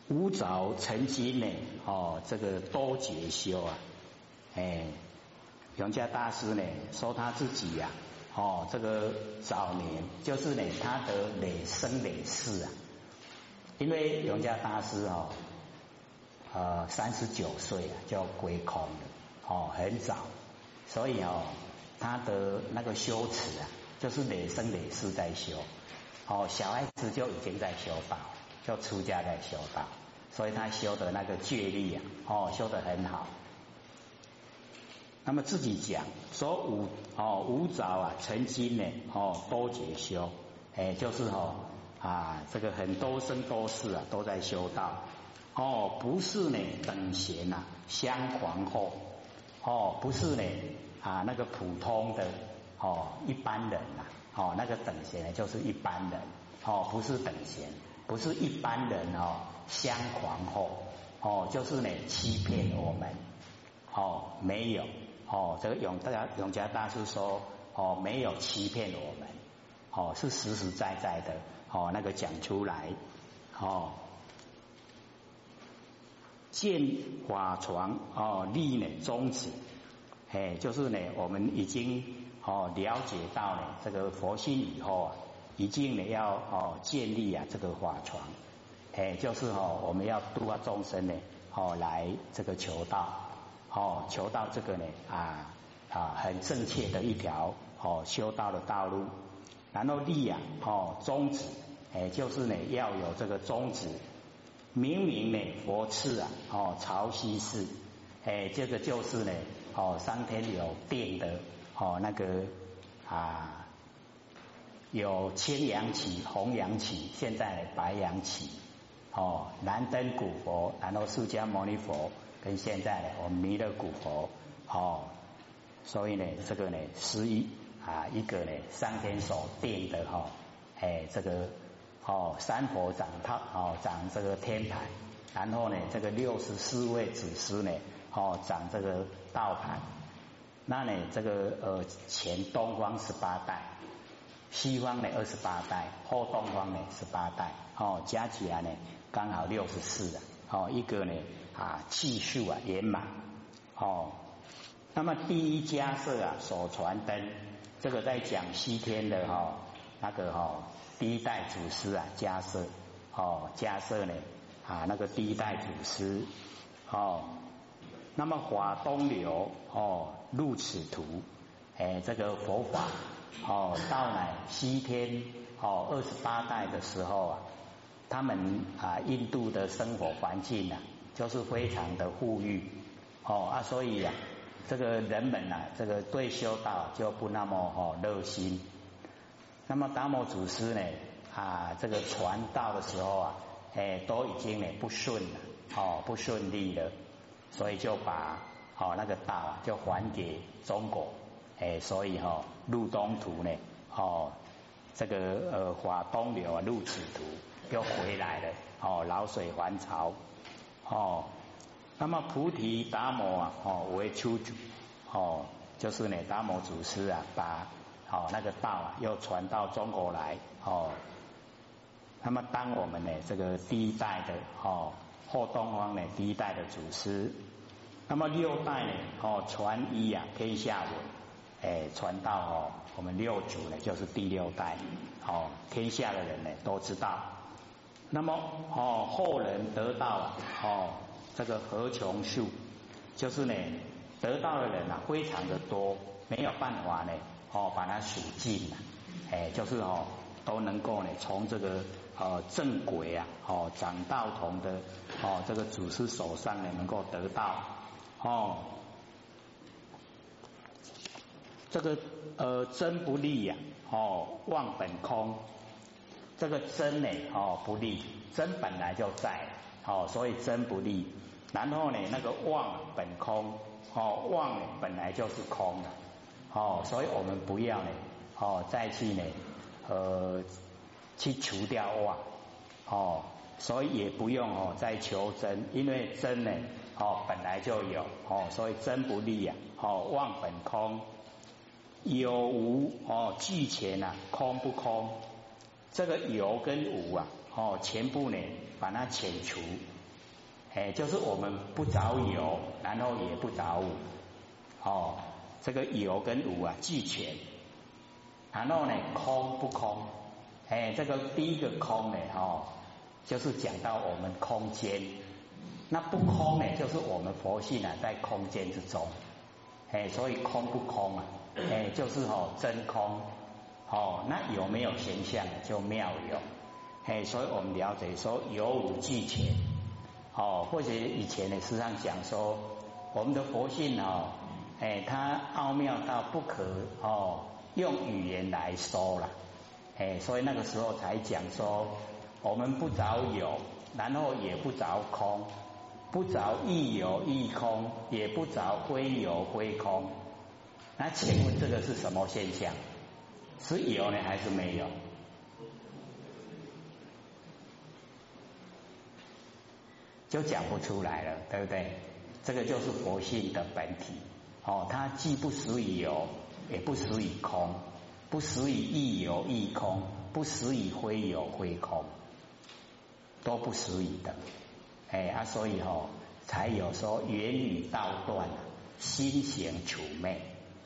五早曾经呢，这个多劫修啊，永嘉大师呢说他自己呀，这个早年就是呢，他得累生累世啊，因为永嘉大师39岁啊就归空了，很早，所以他的那个修持啊，就是累生累世在修，小孩子就已经在修道。就出家在修道，所以他修的那个戒律啊，修得很好。那么自己讲说五早啊，曾经呢，多劫修，就是这个很多生多世啊，都在修道，不是呢等闲啊，相狂后，不是呢那个普通的一般人呐，那个等闲呢就是一般人，不是等闲。不是一般人相狂后，就是呢欺骗我们，没有这个永嘉大师说没有欺骗我们，是实实在在的那个讲出来，见法床立呢宗旨，就是呢我们已经了解到呢这个佛心以后啊。已经呢要建立这个法床，就是我们要度化众生呢来这个求道，求到这个呢很正确的一条修道的道路，然后立宗旨，就是呢要有这个宗旨，明明呢佛赐潮汐寺，这个就是呢上天有定的那个有青阳旗、红阳旗，现在白阳旗，燃灯古佛，然后释迦牟尼佛，跟现在我们弥勒古佛，所以呢，这个呢是一个呢上天所定的这个三佛掌掌这个天台，然后呢这个64位祖师呢掌这个道坛，那呢这个前东方18代。西方呢28代，后东方呢18代，加起来呢刚好64了，一个呢气数圆满，那么第一迦叶所传灯，这个在讲西天的那个第一代祖师迦叶，迦叶呢那个第一代祖师，那么法东流入此途，这个佛法。到来西天28代的时候啊，他们印度的生活环境就是非常的富裕所以这个人们这个对修道就不那么热心。那么达摩祖师呢这个传道的时候都已经不顺了不顺利了，所以就把那个道就还给中国。所以入东途呢，这个法东流入此途又回来了，老水还潮，那么菩提达摩为出主，就是呢达摩祖师把那个道又传到中国来，那么当我们呢这个第一代的后东方呢第一代的祖师，那么6代呢传一天下文。传到我们六祖呢，就是第6代，天下的人呢都知道。那么后人得到这个何穷数，就是呢得到的人非常的多，没有办法呢把它数尽就是都能够呢从这个正轨掌道童的这个祖师手上呢能够得到这个真不立妄本空，这个真呢不立，真本来就在所以真不立。然后呢那个妄本空妄呢本来就是空的所以我们不要呢再去呢去除掉妄所以也不用再求真，因为真呢本来就有所以真不立妄本空。有无俱全空不空，这个有跟无全部呢把它遣除，就是我们不着有，然后也不着无，这个有跟无啊俱全，然后呢空不空，这个第一个空呢就是讲到我们空间，那不空呢就是我们佛性啊在空间之中，所以空不空啊，就是真空，那有没有现象就妙有，所以我们了解说有无俱全，或者以前呢实际上讲说我们的佛性它奥妙到不可用语言来说了，所以那个时候才讲说我们不着有，然后也不着空，不着亦有亦空，也不着非有非空。那请问这个是什么现象？是有呢还是没有？就讲不出来了，对不对？这个就是佛性的本体，它既不属于有，也不属于空，不属于亦有亦空，不属于非有非空，都不属于的，所以才有说言语道断，心行处灭，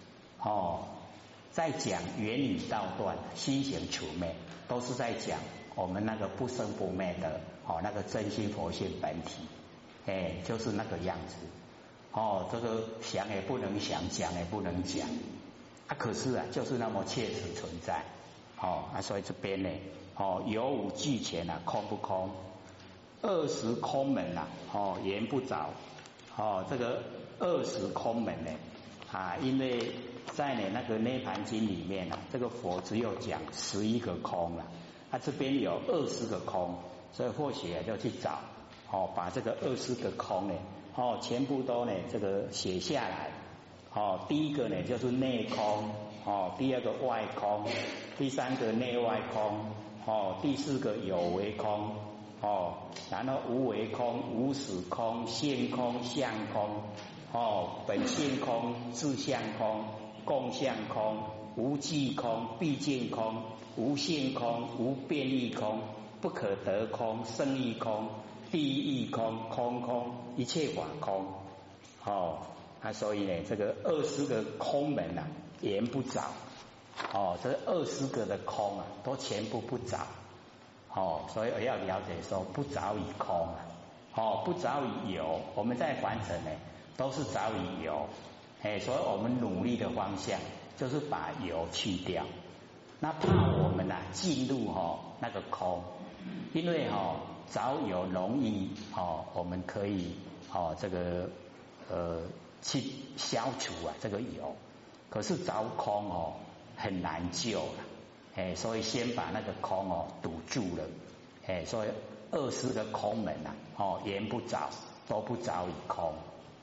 在讲言语道断，心行处灭，都是在讲我们那个不生不灭的那个真心佛性本体，就是那个样子，这个想也不能想，讲也不能讲，可是啊就是那么切实存在，所以这边呢有无俱全啊，空不空，20空门啊，言不着，这个20空门呢因为在那个涅盘经里面啊，这个佛只有讲11个空了，这边有20个空，所以或许就去找，把这个20个空呢，全部都呢这个写下来，第一个呢就是内空，第二个外空，第三个内外空，第四个有为空，然后无为空、无始空、性空、相空，本性空、自相空、共相空、无记空、毕竟空、无性空、无变异空、不可得空、生异空、地狱空、空空，一切法空，所以呢这个20个空门啊言不着，这20个的空啊都全部不着，所以我要了解说不着于空啊，不着于有，我们在凡尘呢都是着于有，所以我们努力的方向就是把有去掉，那怕我们进入那个空，因为着有容易我们可以这个去消除这个有，可是着空很难救了，所以先把那个空堵住了，所以20个空门言不着，都不着于空。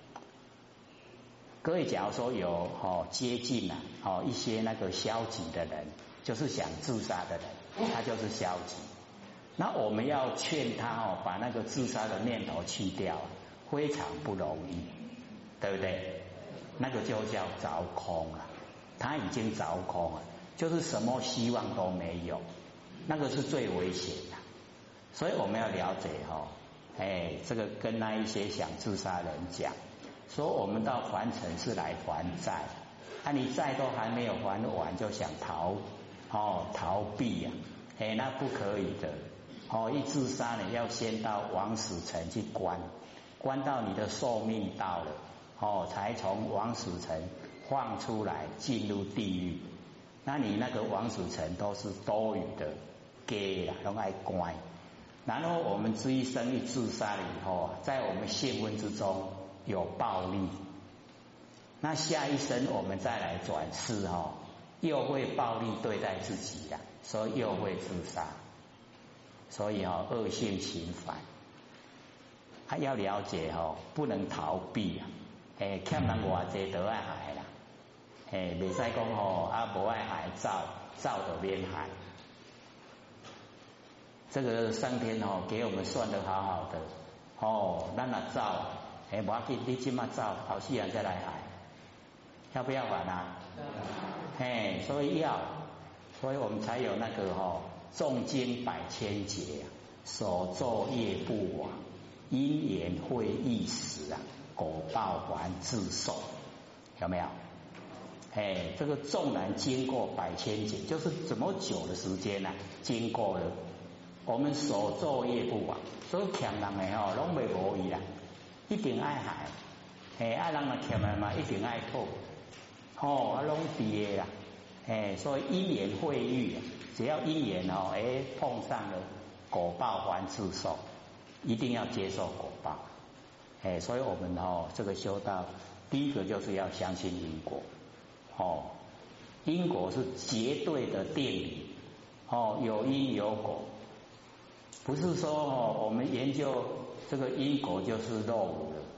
各位假如说有接近一些那个消极的人，就是想自杀的人，他就是消极，那我们要劝他把那个自杀的念头去掉，非常不容易，对不对？那个就叫着空了，他已经着空了，就是什么希望都没有，那个是最危险的。所以我们要了解这个跟那一些想自杀的人讲，说我们到凡尘是来还债，你债都还没有还完就想逃避那不可以的，一自杀呢要先到枉死城去关到你的寿命到了，才从枉死城放出来进入地狱，那你那个枉死城都是多余的，给啦都爱关。然后我们这一生一自杀了以后在我们性温之中有暴力，那下一生我们再来转世又会暴力对待自己啦，所以又会自杀，所以恶性循环，要了解不能逃避欠人偌济都爱害啦，袂使讲无爱害走就免害。这个上天给我们算得好好的咱若走无要紧，你现在走后世人再来害，要不要还啊？所以我们才有那个重经百千劫， 所作业不往，因缘会易死啊，果报还自受，有没有？这个纵然经过百千劫，就是这么久的时间啊，经过了，我们所作业不往，所以欠人的拢袂无伊啦，一定爱害，爱人嘛欠的嘛，一定爱讨，拢伫的啦，所以因缘会遇，只要因缘碰上了，果报还自受，一定要接受果报，所以我们这个修道，第一个就是要相信因果。因果是绝对的定理，有因有果，不是说我们研究这个因果就是落伍了，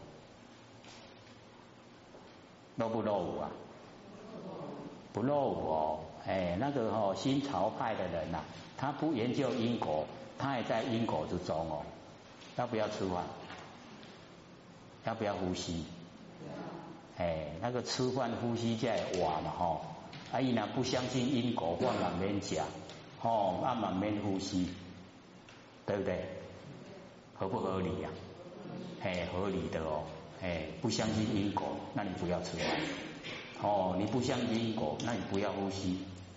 落不落伍啊？不落伍那个新潮派的人啊，他不研究因果，他也在因果之中要不要吃饭？要不要呼吸？那个吃饭呼吸才会活嘛伊若不相信因果，饭嘛免食嘛免呼吸，对不对？合不合理啊？合理的不相信因果，那你不要吃饭你不相信因果，那你不要呼吸。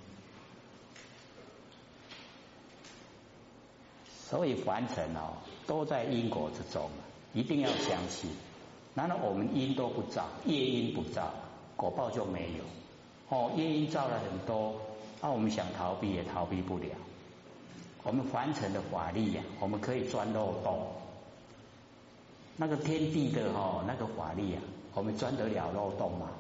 所以凡尘都在因果之中，一定要相信。难道我们因都不造，业因不造，果报就没有业因造了很多，我们想逃避也逃避不了。我们凡尘的法力我们可以钻漏洞，那个天地的那个法力我们钻得了漏洞吗？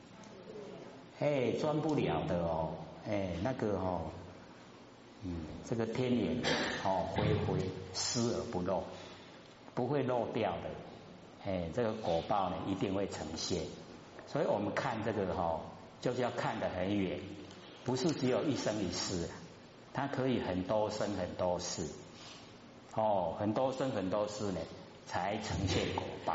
钻不了的那个这个天眼恢恢，失而不漏，不会漏掉的。这个果报呢一定会呈现，所以我们看这个就是要看得很远，不是只有一生一世它可以很多生很多世很多生很多世呢才呈现果报。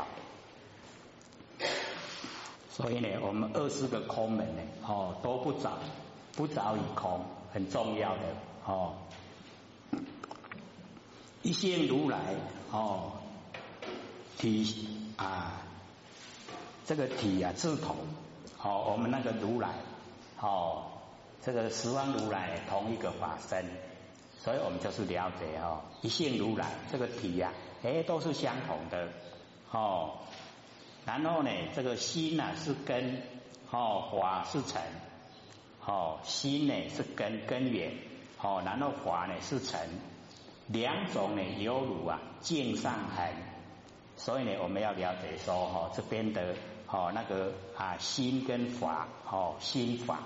所以呢我们24个空门呢都不着，不着以空，很重要的一线如来体这个体自同我们那个如来这个十方如来同一个法身，所以我们就是了解一线如来这个体都是相同的然后呢这个心是根法是尘心呢是根源然后法呢是尘，两种呢犹如镜上痕。所以呢我们要了解说这边的那个心跟法心法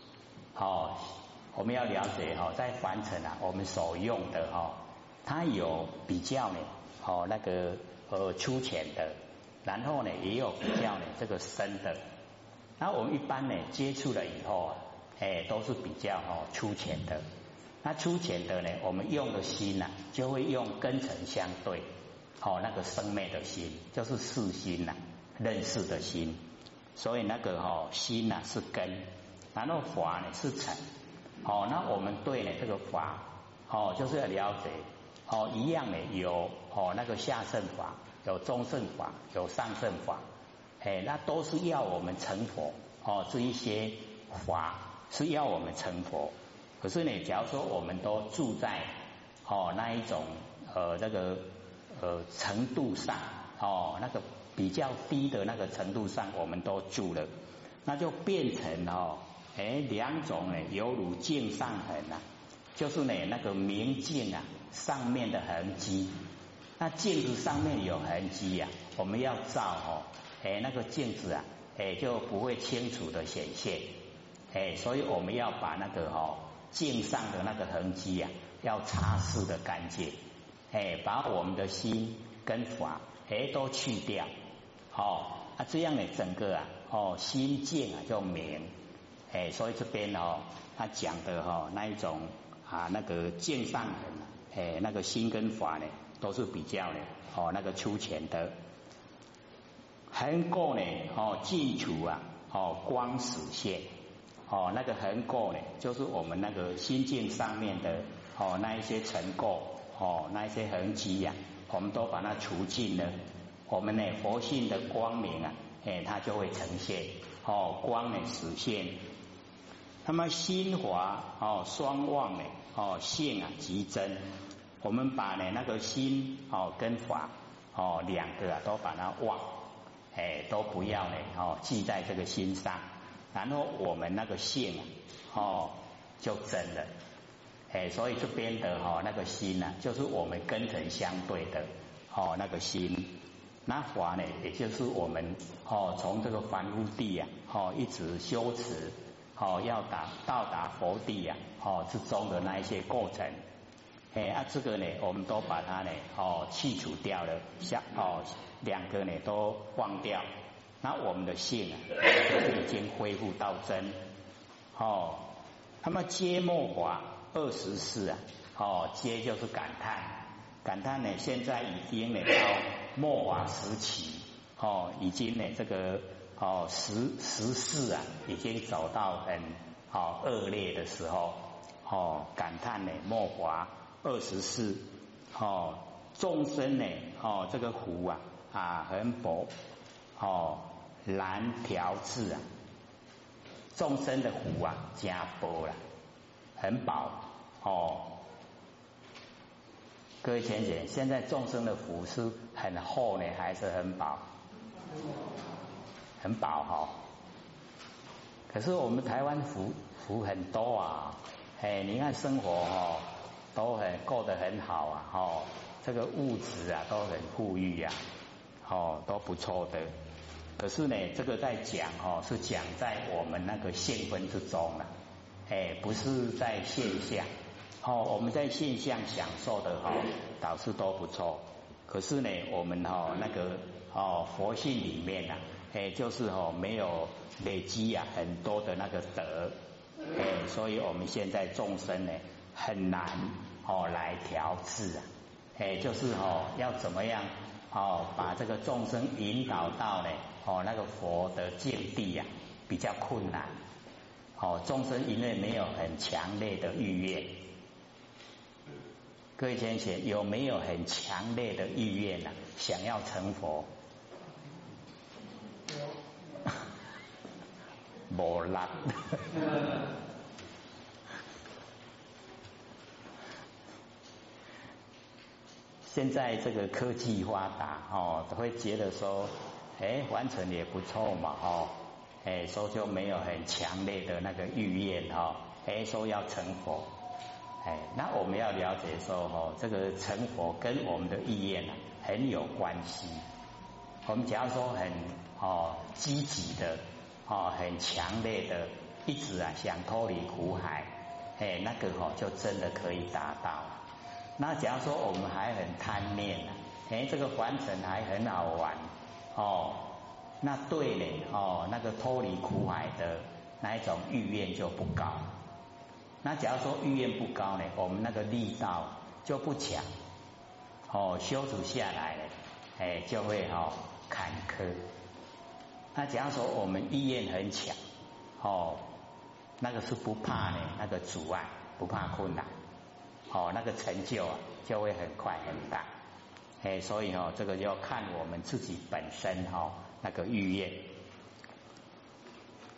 我们要了解在凡尘我们所用的它有比较呢那个粗浅的，然后呢也有比较呢这个深的。那我们一般呢接触了以后都是比较粗浅的。那粗浅的呢我们用的心就会用根尘相对那个生灭的心就是识心认识的心，所以那个心是根，然后法呢是尘那我们对呢这个法就是要了解一样呢有那个下乘法，有中乘法，有上乘法那都是要我们成佛这一些法是要我们成佛。可是呢假如说我们都住在那一种那个程度上那个比较低的那个程度上我们都住了，那就变成两种呢犹如镜上痕就是呢那个明镜上面的痕迹。那镜子上面有痕迹我们要照那个镜子就不会清楚的显现所以我们要把那个镜上的那个痕迹要擦拭的干净把我们的心跟法都去掉这样呢整个心境就明所以这边他讲的那一种那个镜上痕那个心跟法呢都是比较呢那个粗浅的。痕垢呢尽除光实现那个痕垢呢就是我们那个心境上面的那一些尘垢那一些痕迹呀，我们都把它除尽了，我们呢佛性的光明啊，它就会呈现，光呢实现。那么心华双旺呢，性啊极增。我们把呢那个心跟法两个都把它旺，都不要呢记在这个心上，然后我们那个性就增了。所以这边的那个心呢，就是我们根尘相对的那个心。那法呢，也就是我们从这个凡夫地一直修持要到达佛地之中的那一些过程。这个呢，我们都把它呢去除掉了，两个呢都忘掉，那我们的性就已经恢复到真。那么皆末法24皆就是感叹，感叹呢现在已经呢到末法时期，已经呢这个时势已经走到很恶劣的时候，感叹呢末法24，众生呢这个福很薄，难调制众生的福加薄了，很薄各位浅显，现在众生的福是很厚呢，还是很薄？很薄可是我们台湾福很多你看生活都过得很好这个物质都很富裕都不错的。可是呢，这个在讲是讲在我们那个现分之中不是在现象。我们在现象享受的倒是都不错。可是呢，我们那个佛性里面就是没有累积很多的那个德，所以我们现在众生呢很难来调制就是要怎么样把这个众生引导到呢那个佛的境地比较困难。众生因为没有很强烈的意愿，各位先生有没有很强烈的意愿想要成佛？没力。现在这个科技发达都会觉得说完成也不错嘛说就没有很强烈的那个意愿说要成佛。那我们要了解说这个成佛跟我们的意愿很有关系。我们假如说很积极的很强烈的一直想脱离苦海，那个就真的可以达到。那假如说我们还很贪念这个凡尘还很好玩那对呢那个脱离苦海的那一种意愿就不高。那假如说意愿不高呢，我们那个力道就不强修持下来了就会坎坷。那假如说我们意愿很强那个是不怕呢那个阻碍，不怕困难那个成就就会很快很大。所以这个要看我们自己本身那个意愿。